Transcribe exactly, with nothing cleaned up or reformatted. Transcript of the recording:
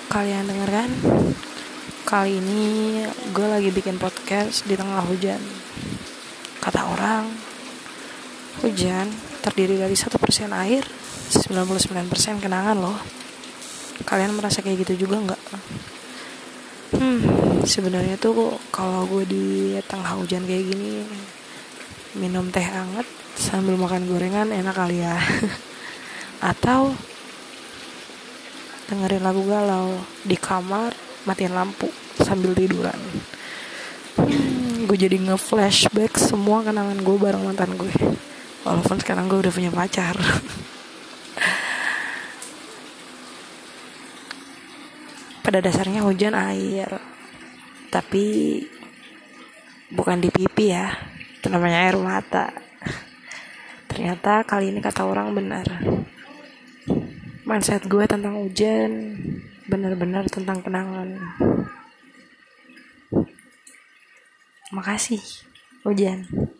kalian denger kan? Kali ini gue lagi bikin podcast di tengah hujan. Kata orang, hujan terdiri dari satu persen air, sembilan puluh sembilan persen kenangan loh. Kalian merasa kayak gitu juga nggak? Hmm, sebenarnya tuh kalau gue di tengah hujan kayak gini, minum teh hangat sambil makan gorengan enak kali ya. Atau dengerin lagu galau di kamar, matiin lampu sambil tiduran. hmm, Gue jadi nge-flashback semua kenangan gue bareng mantan gue, walaupun sekarang gue udah punya pacar. Pada dasarnya hujan air, tapi bukan di pipi ya, itu namanya air mata. Ternyata kali ini kata orang benar, mindset gue tentang hujan benar-benar tentang kenangan. Makasih hujan.